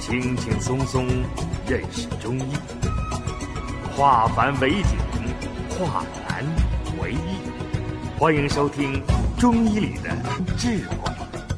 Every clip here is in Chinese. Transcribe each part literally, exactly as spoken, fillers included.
轻轻松松认识中医，化繁为简，化难为易。欢迎收听中医里的智慧。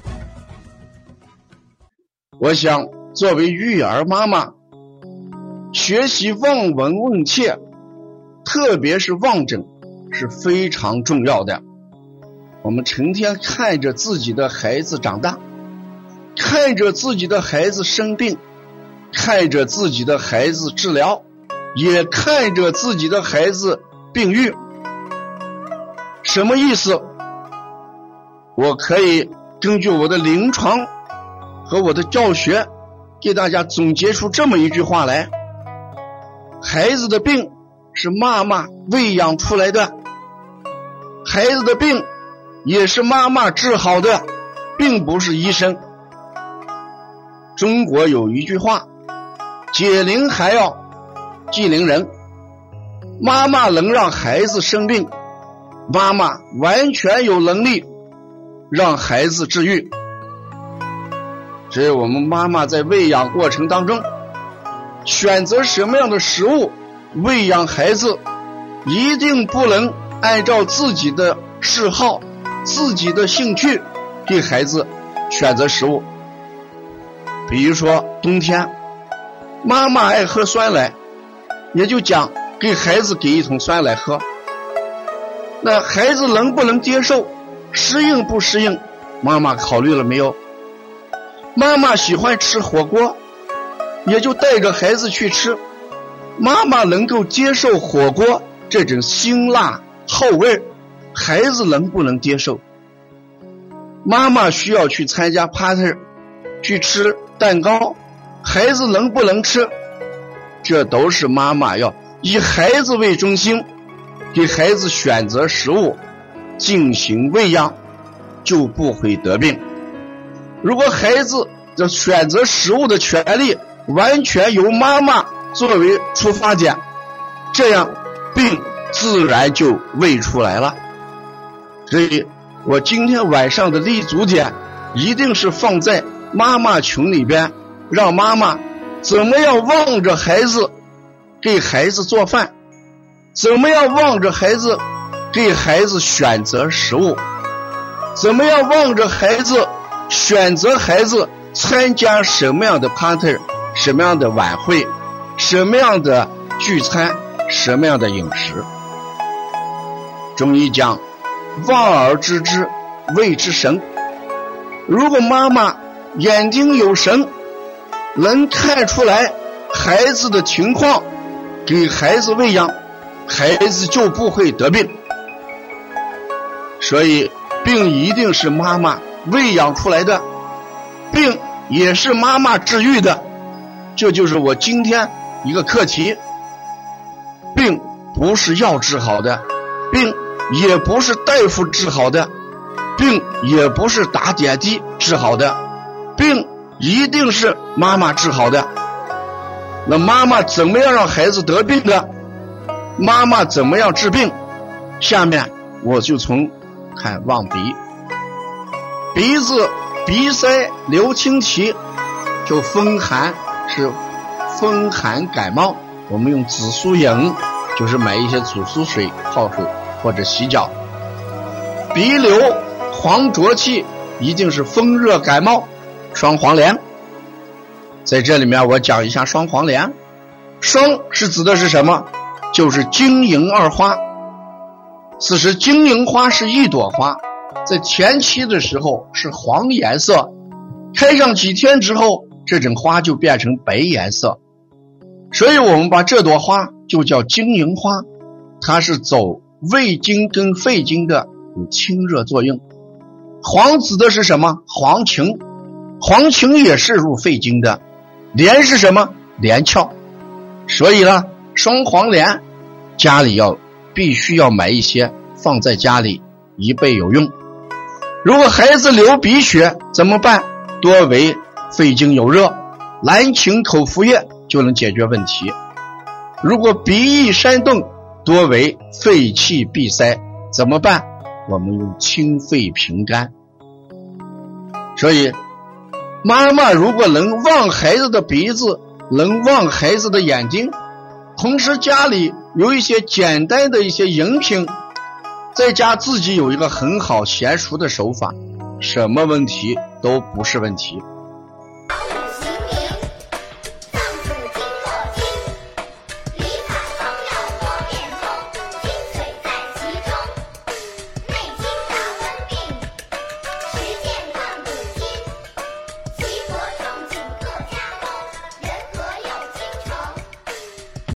我想作为育儿妈妈，学习望闻问切，特别是望诊是非常重要的。我们成天看着自己的孩子长大，看着自己的孩子生病，看着自己的孩子治疗，也看着自己的孩子病愈。什么意思？我可以根据我的临床和我的教学给大家总结出这么一句话来：孩子的病是妈妈喂养出来的，孩子的病也是妈妈治好的，并不是医生。中国有一句话，解铃还要系铃人，妈妈能让孩子生病，妈妈完全有能力让孩子治愈。所以我们妈妈在喂养过程当中，选择什么样的食物喂养孩子，一定不能按照自己的嗜好、自己的兴趣给孩子选择食物。比如说冬天，妈妈爱喝酸奶，也就讲给孩子给一桶酸奶喝。那孩子能不能接受，适应不适应，妈妈考虑了没有？妈妈喜欢吃火锅，也就带着孩子去吃。妈妈能够接受火锅这种辛辣厚味，孩子能不能接受？妈妈需要去参加 party， 去吃蛋糕，孩子能不能吃？这都是妈妈要以孩子为中心，给孩子选择食物进行喂养，就不会得病。如果孩子的选择食物的权利完全由妈妈作为出发点，这样病自然就喂出来了。所以我今天晚上的立足点一定是放在妈妈群里边，让妈妈怎么样望着孩子给孩子做饭，怎么样望着孩子给孩子选择食物，怎么样望着孩子选择孩子参加什么样的 party， 什么样的晚会，什么样的聚餐，什么样的饮食。中医讲望而知之谓之神。如果妈妈眼睛有神，能看出来孩子的情况，给孩子喂养，孩子就不会得病。所以病一定是妈妈喂养出来的，病也是妈妈治愈的。这就是我今天一个课题。病不是药治好的，病也不是大夫治好的，病也不是打点滴治好的，病一定是妈妈治好的。那妈妈怎么样让孩子得病呢？妈妈怎么样治病？下面我就从看望鼻。鼻子鼻塞流清涕，就风寒，是风寒感冒，我们用紫苏饮，就是买一些紫苏水泡水或者洗脚。鼻流黄浊气，一定是风热感冒，双黄连。在这里面我讲一下双黄连。双是指的是什么？就是金银二花。此时金银花是一朵花，在前期的时候是黄颜色，开上几天之后，这种花就变成白颜色，所以我们把这朵花就叫金银花。它是走胃经跟肺经的有清热作用。黄指的是什么？黄芩，黄芩也是入肺经的。连是什么？连翘。所以呢，双黄连家里要必须要买一些放在家里，以备有用。如果孩子流鼻血怎么办？多为肺经有热，蓝芩口服液就能解决问题。如果鼻翼煽动，多为肺气闭塞，怎么办？我们用清肺平肝。所以妈妈如果能望孩子的鼻子，能望孩子的眼睛，同时家里有一些简单的一些饮品，在家自己有一个很好娴熟的手法，什么问题都不是问题。